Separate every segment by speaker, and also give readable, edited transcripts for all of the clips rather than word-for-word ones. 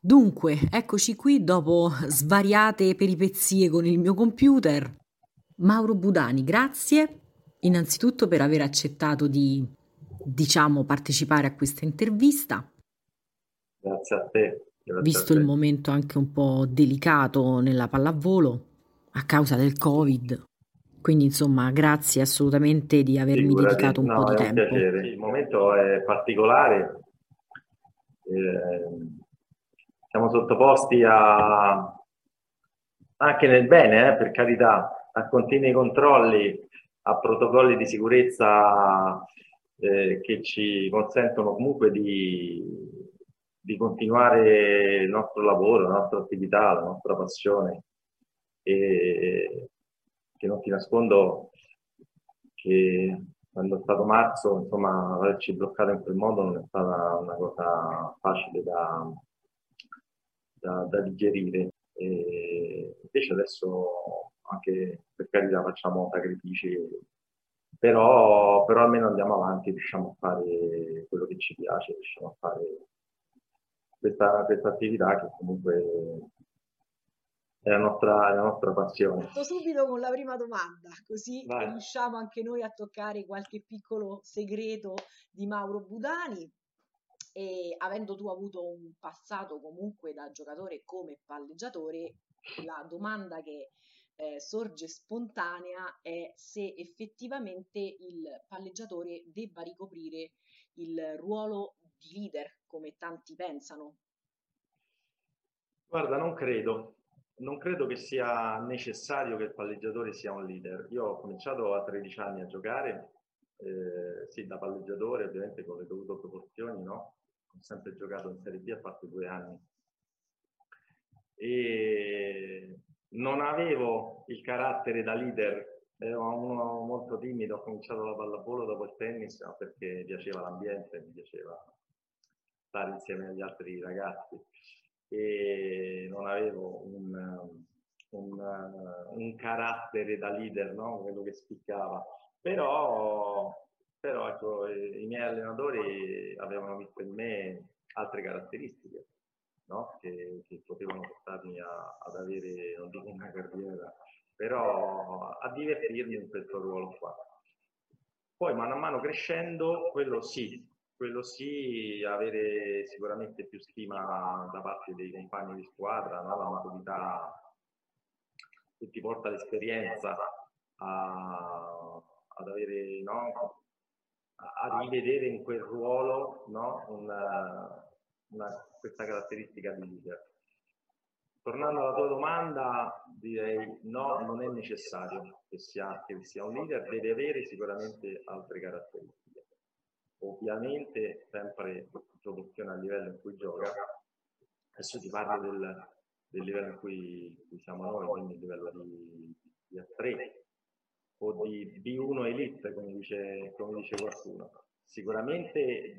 Speaker 1: Dunque, eccoci qui dopo svariate peripezie con il mio computer. Mauro Budani, grazie innanzitutto per aver accettato di, diciamo, partecipare a questa intervista,
Speaker 2: Grazie a te, grazie a
Speaker 1: visto il
Speaker 2: te.
Speaker 1: momento anche un po' delicato nella pallavolo a causa del Covid. Quindi, insomma, grazie assolutamente di avermi
Speaker 2: Figurati,
Speaker 1: dedicato un po'
Speaker 2: no,
Speaker 1: di
Speaker 2: è un
Speaker 1: tempo.
Speaker 2: piacere. Sì, il momento è particolare. Siamo sottoposti anche nel bene, per carità, a continui controlli, a protocolli di sicurezza che ci consentono comunque di continuare il nostro lavoro, la nostra attività, la nostra passione. E che non ti nascondo che quando è stato marzo, insomma, averci bloccato in quel modo non è stata una cosa facile da digerire. E invece adesso anche per carità facciamo sacrifici, però almeno andiamo avanti, riusciamo a fare quello che ci piace, riusciamo a fare questa attività che comunque è la nostra passione.
Speaker 3: Parto subito con la prima domanda, così
Speaker 2: Vai.
Speaker 3: riusciamo anche noi a toccare qualche piccolo segreto di Mauro Budani. E avendo tu avuto un passato comunque da giocatore come palleggiatore, la domanda che sorge spontanea è se effettivamente il palleggiatore debba ricoprire il ruolo di leader, come tanti pensano.
Speaker 2: Guarda, non credo che sia necessario che il palleggiatore sia un leader. Io ho cominciato a 13 anni a giocare, sì, da palleggiatore, ovviamente con le dovute proporzioni, no? Ho sempre giocato in Serie B, a parte 2 anni. E non avevo il carattere da leader, ero uno molto timido, ho cominciato la pallavolo dopo il tennis, no? Perché mi piaceva l'ambiente, mi piaceva stare insieme agli altri ragazzi e non avevo un carattere da leader, no? Quello che spiccava. Però, però ecco, i miei allenatori avevano visto in me altre caratteristiche, no? Che potevano portarmi ad avere, non dico una carriera, però a divertirmi in questo ruolo qua. Poi mano a mano crescendo, quello sì, avere sicuramente più stima da parte dei compagni di squadra, no? La maturità che ti porta l'esperienza ad avere, no? A rivedere in quel ruolo, no? Questa caratteristica di leader. Tornando alla tua domanda, direi no, non è necessario che sia un leader, deve avere sicuramente altre caratteristiche. Ovviamente, sempre in proporzione al livello in cui gioca, adesso ti parlo del livello in cui siamo noi, quindi il livello di A3 o di B1 Elite, come dice qualcuno. Sicuramente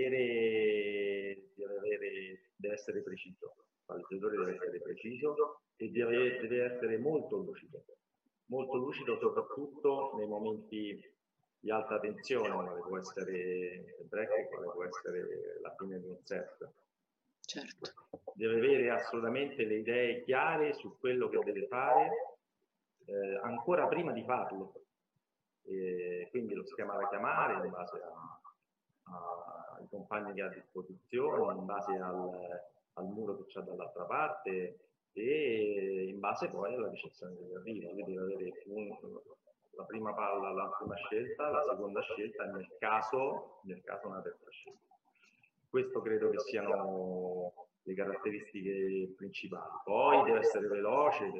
Speaker 2: deve essere preciso, il palleggiatore deve essere preciso e deve essere molto lucido soprattutto nei momenti di alta tensione, quale può essere il break, quale può essere la fine di un set.
Speaker 3: Certo.
Speaker 2: Deve avere assolutamente le idee chiare su quello che deve fare ancora prima di farlo. Quindi lo schema da chiamare in base ai compagni che ha a disposizione, in base al muro che c'è dall'altra parte e in base poi alla ricezione dell'arrivo. Quindi deve avere la prima palla, la prima scelta, la seconda scelta e nel caso una terza scelta. Questo credo che siano le caratteristiche principali. Poi deve essere veloce,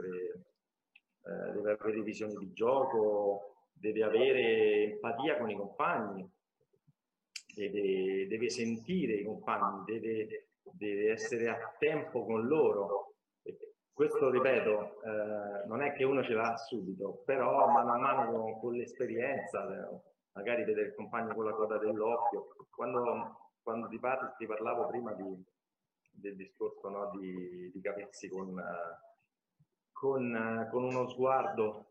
Speaker 2: deve avere visione di gioco, deve avere empatia con i compagni, deve sentire i compagni, deve essere a tempo con loro. Questo, ripeto, non è che uno ce l'ha subito, però mano a mano con l'esperienza, magari vedere il compagno con la coda dell'occhio. Quando ti parlavo prima del discorso, no, di capirsi con uno sguardo,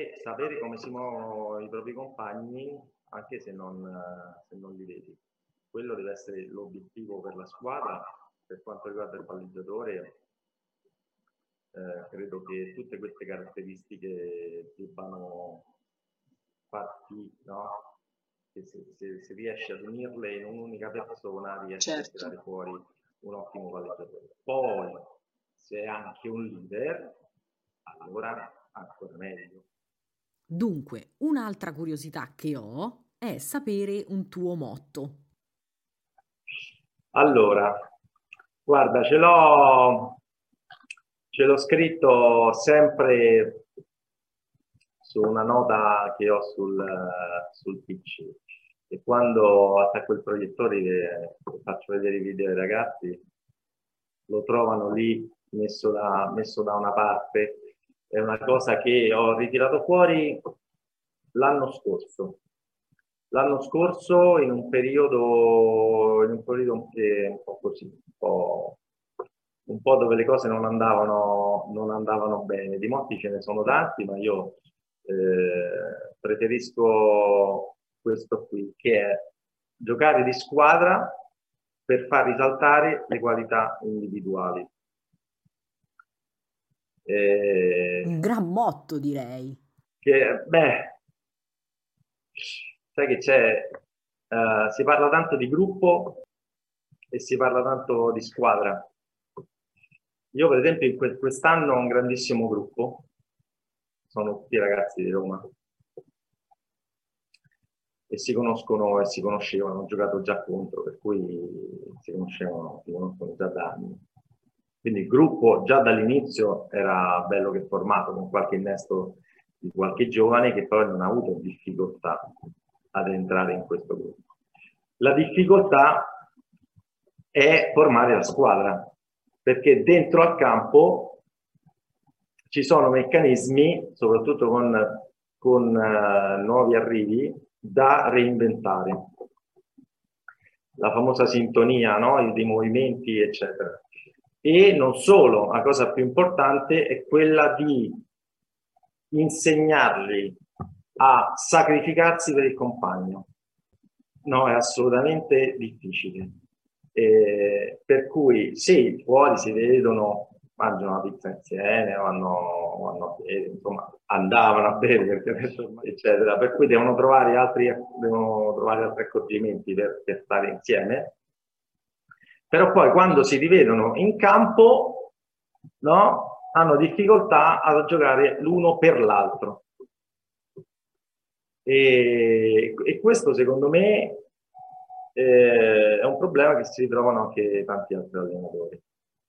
Speaker 2: sapere come si muovono i propri compagni anche se non li vedi. quello deve essere l'obiettivo per la squadra. Per quanto riguarda il palleggiatore, credo che tutte queste caratteristiche debbano far sì, no? Che se riesce ad unirle in un'unica persona, riesce a tirare fuori un ottimo palleggiatore. Poi, se è anche un leader, allora ancora meglio.
Speaker 1: Dunque, un'altra curiosità che ho è sapere un tuo motto.
Speaker 2: Allora, guarda, ce l'ho scritto sempre su una nota che ho sul PC, e quando attacco il proiettore e faccio vedere i video ai ragazzi, lo trovano lì messo da una parte. È una cosa che ho ritirato fuori l'anno scorso. L'anno scorso in un periodo un po' così, un po' dove le cose non andavano bene. Di motti ce ne sono tanti, ma io preferisco questo qui, che è giocare di squadra per far risaltare le qualità individuali.
Speaker 1: Un gran motto, direi.
Speaker 2: Che, beh, sai che c'è, si parla tanto di gruppo e si parla tanto di squadra. Io per esempio quest'anno ho un grandissimo gruppo, sono tutti ragazzi di Roma e si conoscono e si conoscevano, ho giocato già contro, per cui si conoscono già da anni. Quindi il gruppo già dall'inizio era bello che formato, con qualche innesto di qualche giovane che poi non ha avuto difficoltà ad entrare in questo gruppo. La difficoltà è formare la squadra, perché dentro al campo ci sono meccanismi, soprattutto con nuovi arrivi, da reinventare. La famosa sintonia, no? Dei movimenti, eccetera. E non solo, la cosa più importante è quella di insegnargli a sacrificarsi per il compagno. No, è assolutamente difficile. Per cui sì, fuori si vedono, mangiano la pizza insieme, vanno a bere, insomma, andavano a bere, perché adesso, eccetera. Per cui devono trovare altri accorgimenti per stare insieme. Però poi quando si rivedono in campo, no, hanno difficoltà a giocare l'uno per l'altro. E questo secondo me è un problema che si ritrovano anche tanti altri allenatori.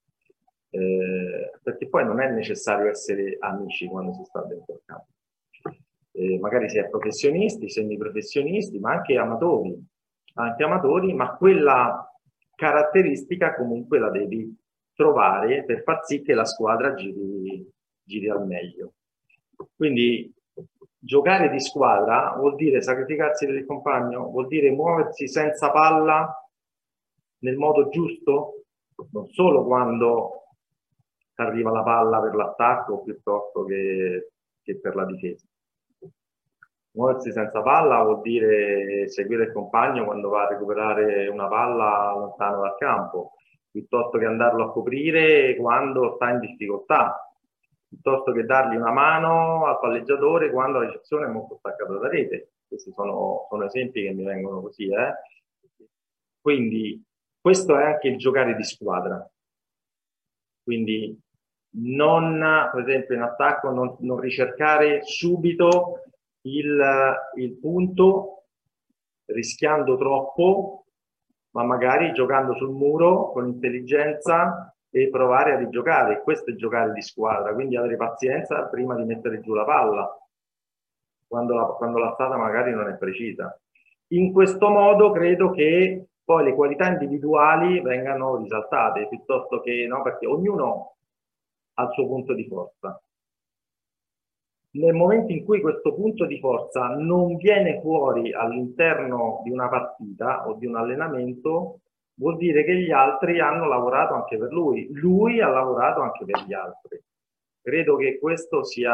Speaker 2: Perché poi non è necessario essere amici quando si sta dentro il campo. Magari si è professionisti, semiprofessionisti, ma anche amatori, ma quella caratteristica comunque la devi trovare per far sì che la squadra giri al meglio. Quindi giocare di squadra vuol dire sacrificarsi per il compagno, vuol dire muoversi senza palla nel modo giusto, non solo quando arriva la palla per l'attacco piuttosto che per la difesa. Muoversi senza palla vuol dire seguire il compagno quando va a recuperare una palla lontano dal campo, piuttosto che andarlo a coprire quando sta in difficoltà, piuttosto che dargli una mano al palleggiatore quando la ricezione è molto staccata da rete. Questi sono esempi che mi vengono così. Quindi questo è anche il giocare di squadra. Quindi per esempio in attacco, non ricercare subito il punto rischiando troppo, ma magari giocando sul muro con intelligenza e provare a rigiocare. Questo è giocare di squadra, quindi avere pazienza prima di mettere giù la palla, quando la strada magari non è precisa. In questo modo credo che poi le qualità individuali vengano risaltate, piuttosto che no, perché ognuno ha il suo punto di forza. Nel momento in cui questo punto di forza non viene fuori all'interno di una partita o di un allenamento, vuol dire che gli altri hanno lavorato anche per lui ha lavorato anche per gli altri. Credo che questo sia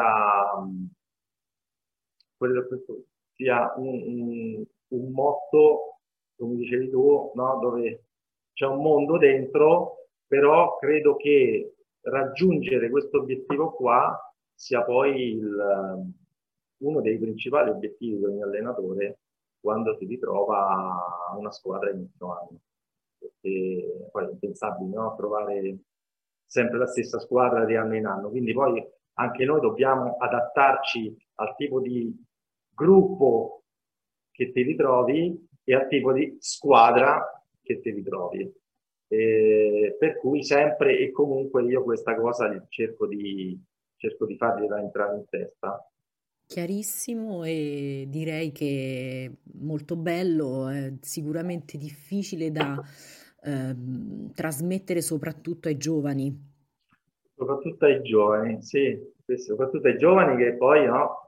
Speaker 2: un motto come dicevi tu, no? Dove c'è un mondo dentro, però credo che raggiungere questo obiettivo qua sia poi uno dei principali obiettivi di ogni allenatore quando si ritrova a una squadra inizio anno. Perché poi è impensabile, no? Trovare sempre la stessa squadra di anno in anno. Quindi poi anche noi dobbiamo adattarci al tipo di gruppo che ti ritrovi e al tipo di squadra che ti ritrovi. Per cui sempre e comunque io questa cosa cerco di fargliela entrare in testa.
Speaker 1: Chiarissimo e direi che molto bello, è sicuramente difficile da trasmettere soprattutto ai giovani.
Speaker 2: Soprattutto ai giovani, sì, sì, soprattutto ai giovani che poi no,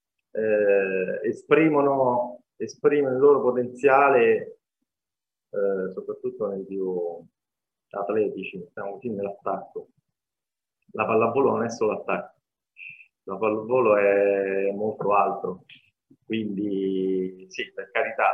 Speaker 2: esprimono il loro potenziale, soprattutto nei più atletici, diciamo così, nell'attacco. La pallavolo non è solo attacco, la pallavolo è molto altro. Quindi sì, per carità,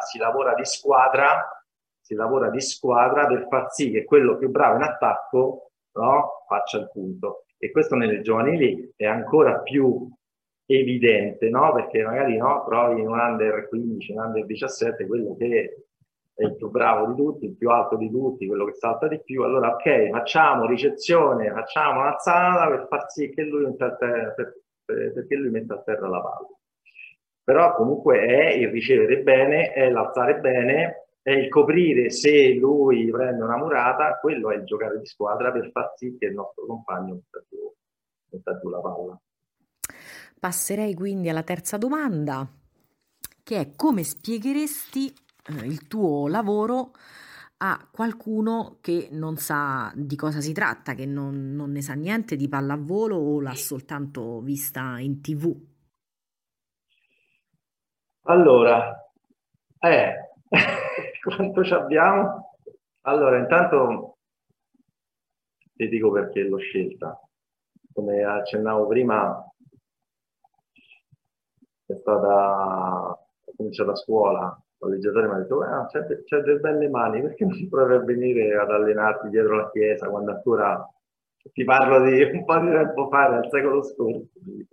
Speaker 2: si lavora di squadra per far sì che quello più bravo in attacco, no, faccia il punto. E questo nelle giovanili è ancora più evidente, no? Perché magari no, trovi in un under 15, un under 17, quello che è il più bravo di tutti, il più alto di tutti, quello che salta di più. Allora, ok, facciamo ricezione, facciamo un'alzata per far sì che lui metta a terra, perché lui metta a terra la palla. Però comunque è il ricevere bene, è l'alzare bene, è il coprire se lui prende una murata, quello è il giocare di squadra per far sì che il nostro compagno metta giù la palla.
Speaker 1: Passerei quindi alla terza domanda, che è come spiegheresti il tuo lavoro a qualcuno che non sa di cosa si tratta, che non ne sa niente di pallavolo o l'ha soltanto vista in TV?
Speaker 2: Allora, quanto ci abbiamo? Allora, intanto ti dico perché l'ho scelta. Come accennavo prima, ho cominciato a scuola, il collegiatore mi ha detto, c'è delle belle mani, perché non provi a venire ad allenarti dietro la chiesa quando ancora ti parlo di un po' di tempo fa, nel secolo scorso.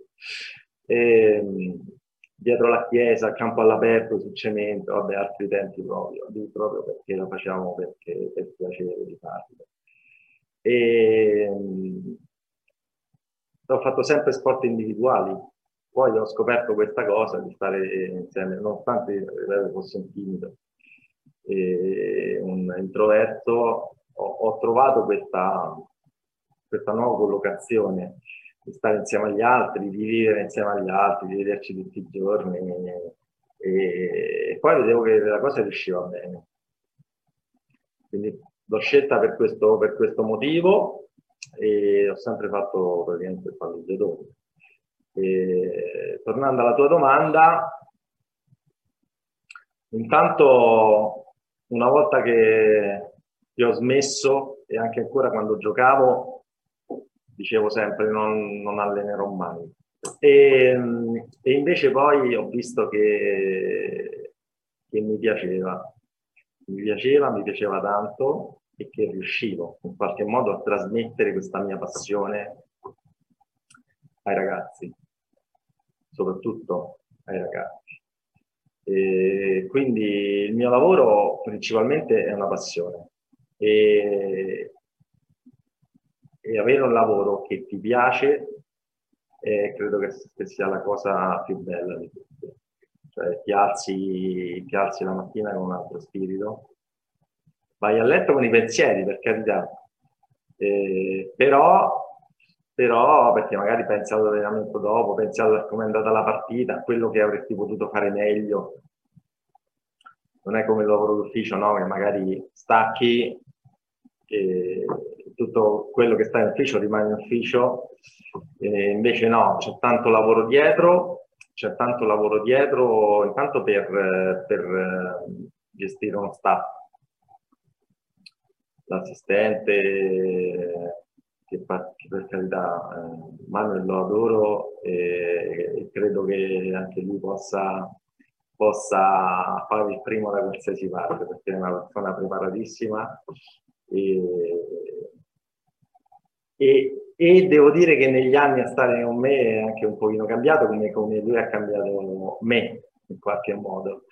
Speaker 2: E, dietro la chiesa, a campo all'aperto, sul cemento, vabbè, altri tempi proprio, lì proprio perché lo facciamo per piacere di farlo. E, ho fatto sempre sport individuali, poi ho scoperto questa cosa di stare insieme, nonostante fossi un timido e un introverto, ho trovato questa nuova collocazione di stare insieme agli altri, di vivere insieme agli altri, di vederci tutti i giorni. E poi vedevo che la cosa riusciva bene. Quindi l'ho scelta per questo motivo e ho sempre fatto praticamente il palleggiatore. Tornando alla tua domanda, intanto una volta che ho smesso e anche ancora quando giocavo dicevo sempre non allenerò mai. E invece poi ho visto che mi piaceva tanto e che riuscivo in qualche modo a trasmettere questa mia passione ai ragazzi, soprattutto ai ragazzi. E quindi il mio lavoro principalmente è una passione e avere un lavoro che ti piace credo che sia la cosa più bella di tutte. Cioè ti alzi la mattina con un altro spirito, vai a letto con i pensieri, per carità, però perché magari pensi all'allenamento dopo, pensi a come è andata la partita, a quello che avresti potuto fare meglio. Non è come il lavoro d'ufficio, no? Che magari stacchi e tutto quello che sta in ufficio rimane in ufficio, invece no, c'è tanto lavoro dietro intanto per gestire uno staff, l'assistente che per carità Manuel lo adoro e credo che anche lui possa possa fare il primo da qualsiasi parte, perché è una persona preparatissima e devo dire che negli anni a stare con me è anche un pochino cambiato, come lui ha cambiato me in qualche modo.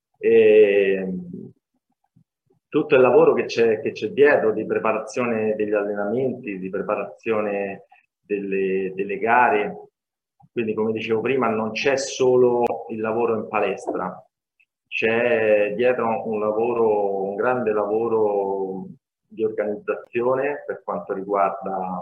Speaker 2: Tutto il lavoro che c'è dietro di preparazione degli allenamenti, di preparazione delle gare, quindi come dicevo prima non c'è solo il lavoro in palestra, c'è dietro un grande lavoro di organizzazione per quanto riguarda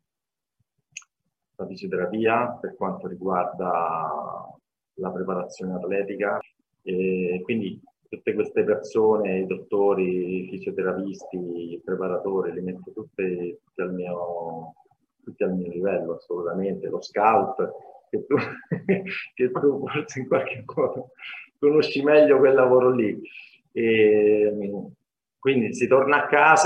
Speaker 2: la fisioterapia, per quanto riguarda la preparazione atletica, e quindi tutte queste persone, i dottori, i fisioterapisti, i preparatori, li metto tutti al mio livello, assolutamente. Lo scout, che tu, che tu forse in qualche modo conosci meglio quel lavoro lì. Quindi si torna a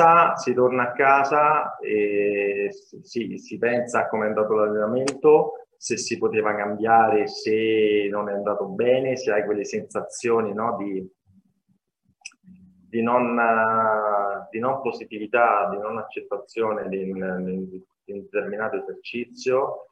Speaker 2: casa e si pensa a come è andato l'allenamento, se si poteva cambiare, se non è andato bene, se hai quelle sensazioni, no, di non positività, di non accettazione di un determinato esercizio.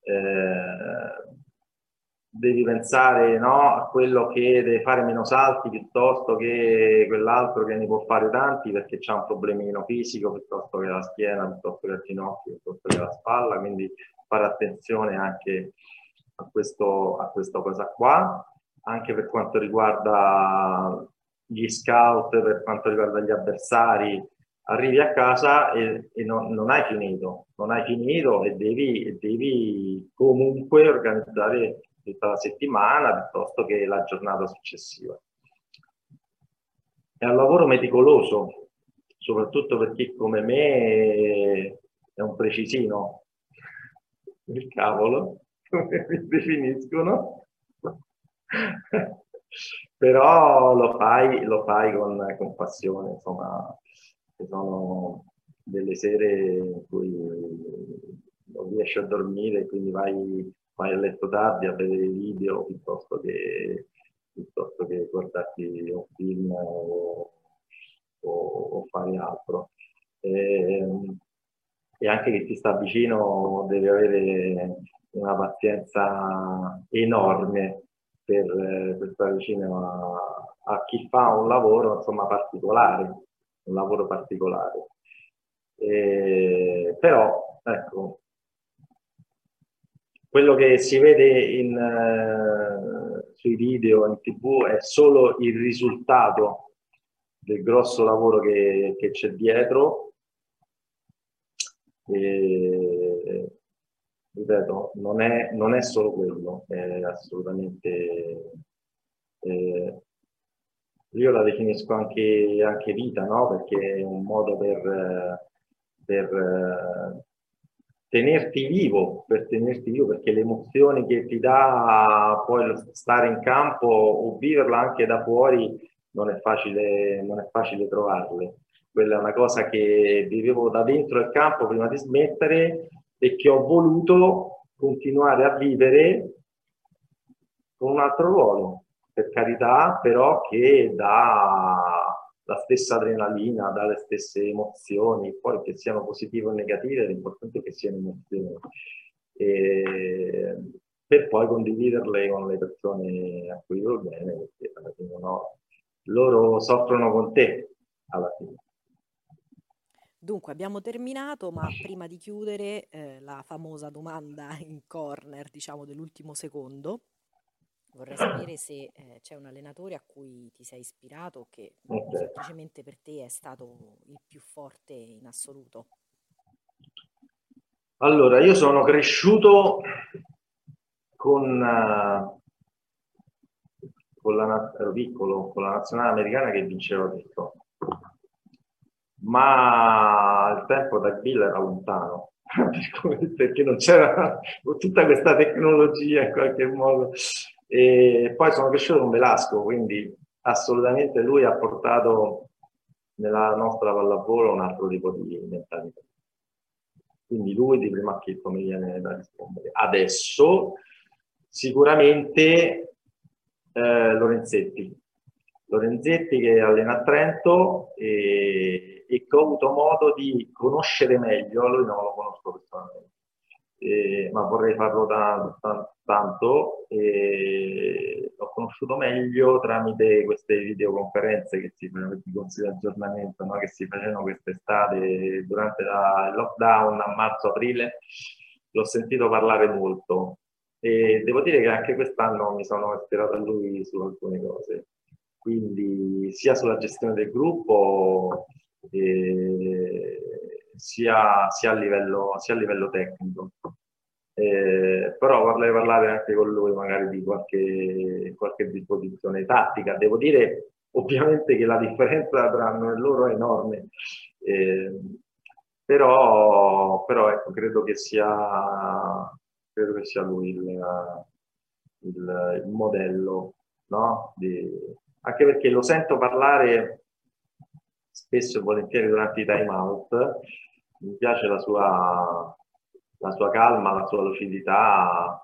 Speaker 2: Devi pensare, no, a quello che deve fare meno salti piuttosto che quell'altro che ne può fare tanti perché c'ha un problemino fisico, piuttosto che la schiena, piuttosto che il ginocchio, piuttosto che la spalla, quindi fare attenzione anche a questa cosa qua, anche per quanto riguarda gli scout, per quanto riguarda gli avversari. Arrivi a casa e non hai finito e devi comunque organizzare tutta la settimana piuttosto che la giornata successiva. È un lavoro meticoloso, soprattutto per chi come me è un precisino, il cavolo, come mi definiscono, però lo fai con passione, insomma, ci sono delle sere in cui non riesci a dormire, quindi vai a letto tardi a vedere video piuttosto che guardarti un film o fare altro. E anche chi ti sta vicino deve avere una pazienza enorme per stare vicino a chi fa un lavoro, insomma, particolare, un lavoro particolare. Però, ecco, quello che si vede sui video in TV è solo il risultato del grosso lavoro che c'è dietro. Ripeto, non è solo quello, è assolutamente... io la definisco anche vita, no? Perché è un modo per tenerti vivo, perché le emozioni che ti dà poi stare in campo o viverla anche da fuori non è facile trovarle. Quella è una cosa che vivevo da dentro il campo prima di smettere e che ho voluto continuare a vivere con un altro ruolo, per carità, però che dà la stessa adrenalina, dà le stesse emozioni, poi che siano positive o negative, l'importante è che siano emozioni. Per poi condividerle con le persone a cui vuoi bene, perché alla fine no, loro soffrono con te, alla fine.
Speaker 1: Dunque, abbiamo terminato, ma prima di chiudere la famosa domanda in corner, diciamo, dell'ultimo secondo, vorrei sapere se c'è un allenatore a cui ti sei ispirato o che semplicemente per te è stato il più forte in assoluto.
Speaker 2: Allora, io sono cresciuto ero piccolo, con la nazionale americana che vinceva tutto. Ma il tempo da Bill era lontano, perché non c'era tutta questa tecnologia in qualche modo. E poi sono cresciuto con Velasco, quindi assolutamente lui ha portato nella nostra pallavolo un altro tipo di mentalità. Quindi lui di primo acchito mi viene da rispondere. Adesso sicuramente Lorenzetti. Lorenzetti che allena a Trento e che ho avuto modo di conoscere meglio, lui non lo conosco personalmente, ma vorrei farlo tanto. L'ho conosciuto meglio tramite queste videoconferenze che si facevano, questi corsi di aggiornamento, no? Che si facevano quest'estate durante il lockdown a marzo-aprile. L'ho sentito parlare molto e devo dire che anche quest'anno mi sono ispirato a lui su alcune cose, quindi sia sulla gestione del gruppo sia a livello tecnico. Però vorrei parlare anche con lui magari di qualche disposizione tattica. Devo dire ovviamente che la differenza tra noi e loro è enorme, eh, però ecco, credo che sia lui il modello, no? Anche perché lo sento parlare spesso e volentieri durante i time out, mi piace la sua calma, la sua lucidità,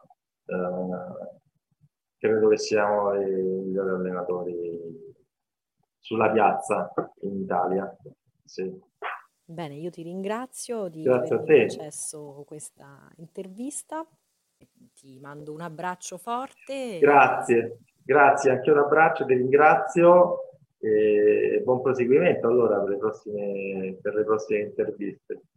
Speaker 2: credo che siamo i migliori allenatori sulla piazza in Italia. Sì.
Speaker 1: Bene, io ti ringrazio di
Speaker 2: Grazie a
Speaker 1: avermi
Speaker 2: te.
Speaker 1: concesso questa intervista. Ti mando un abbraccio forte.
Speaker 2: Grazie, anche un abbraccio, ti ringrazio e buon proseguimento allora per le prossime interviste.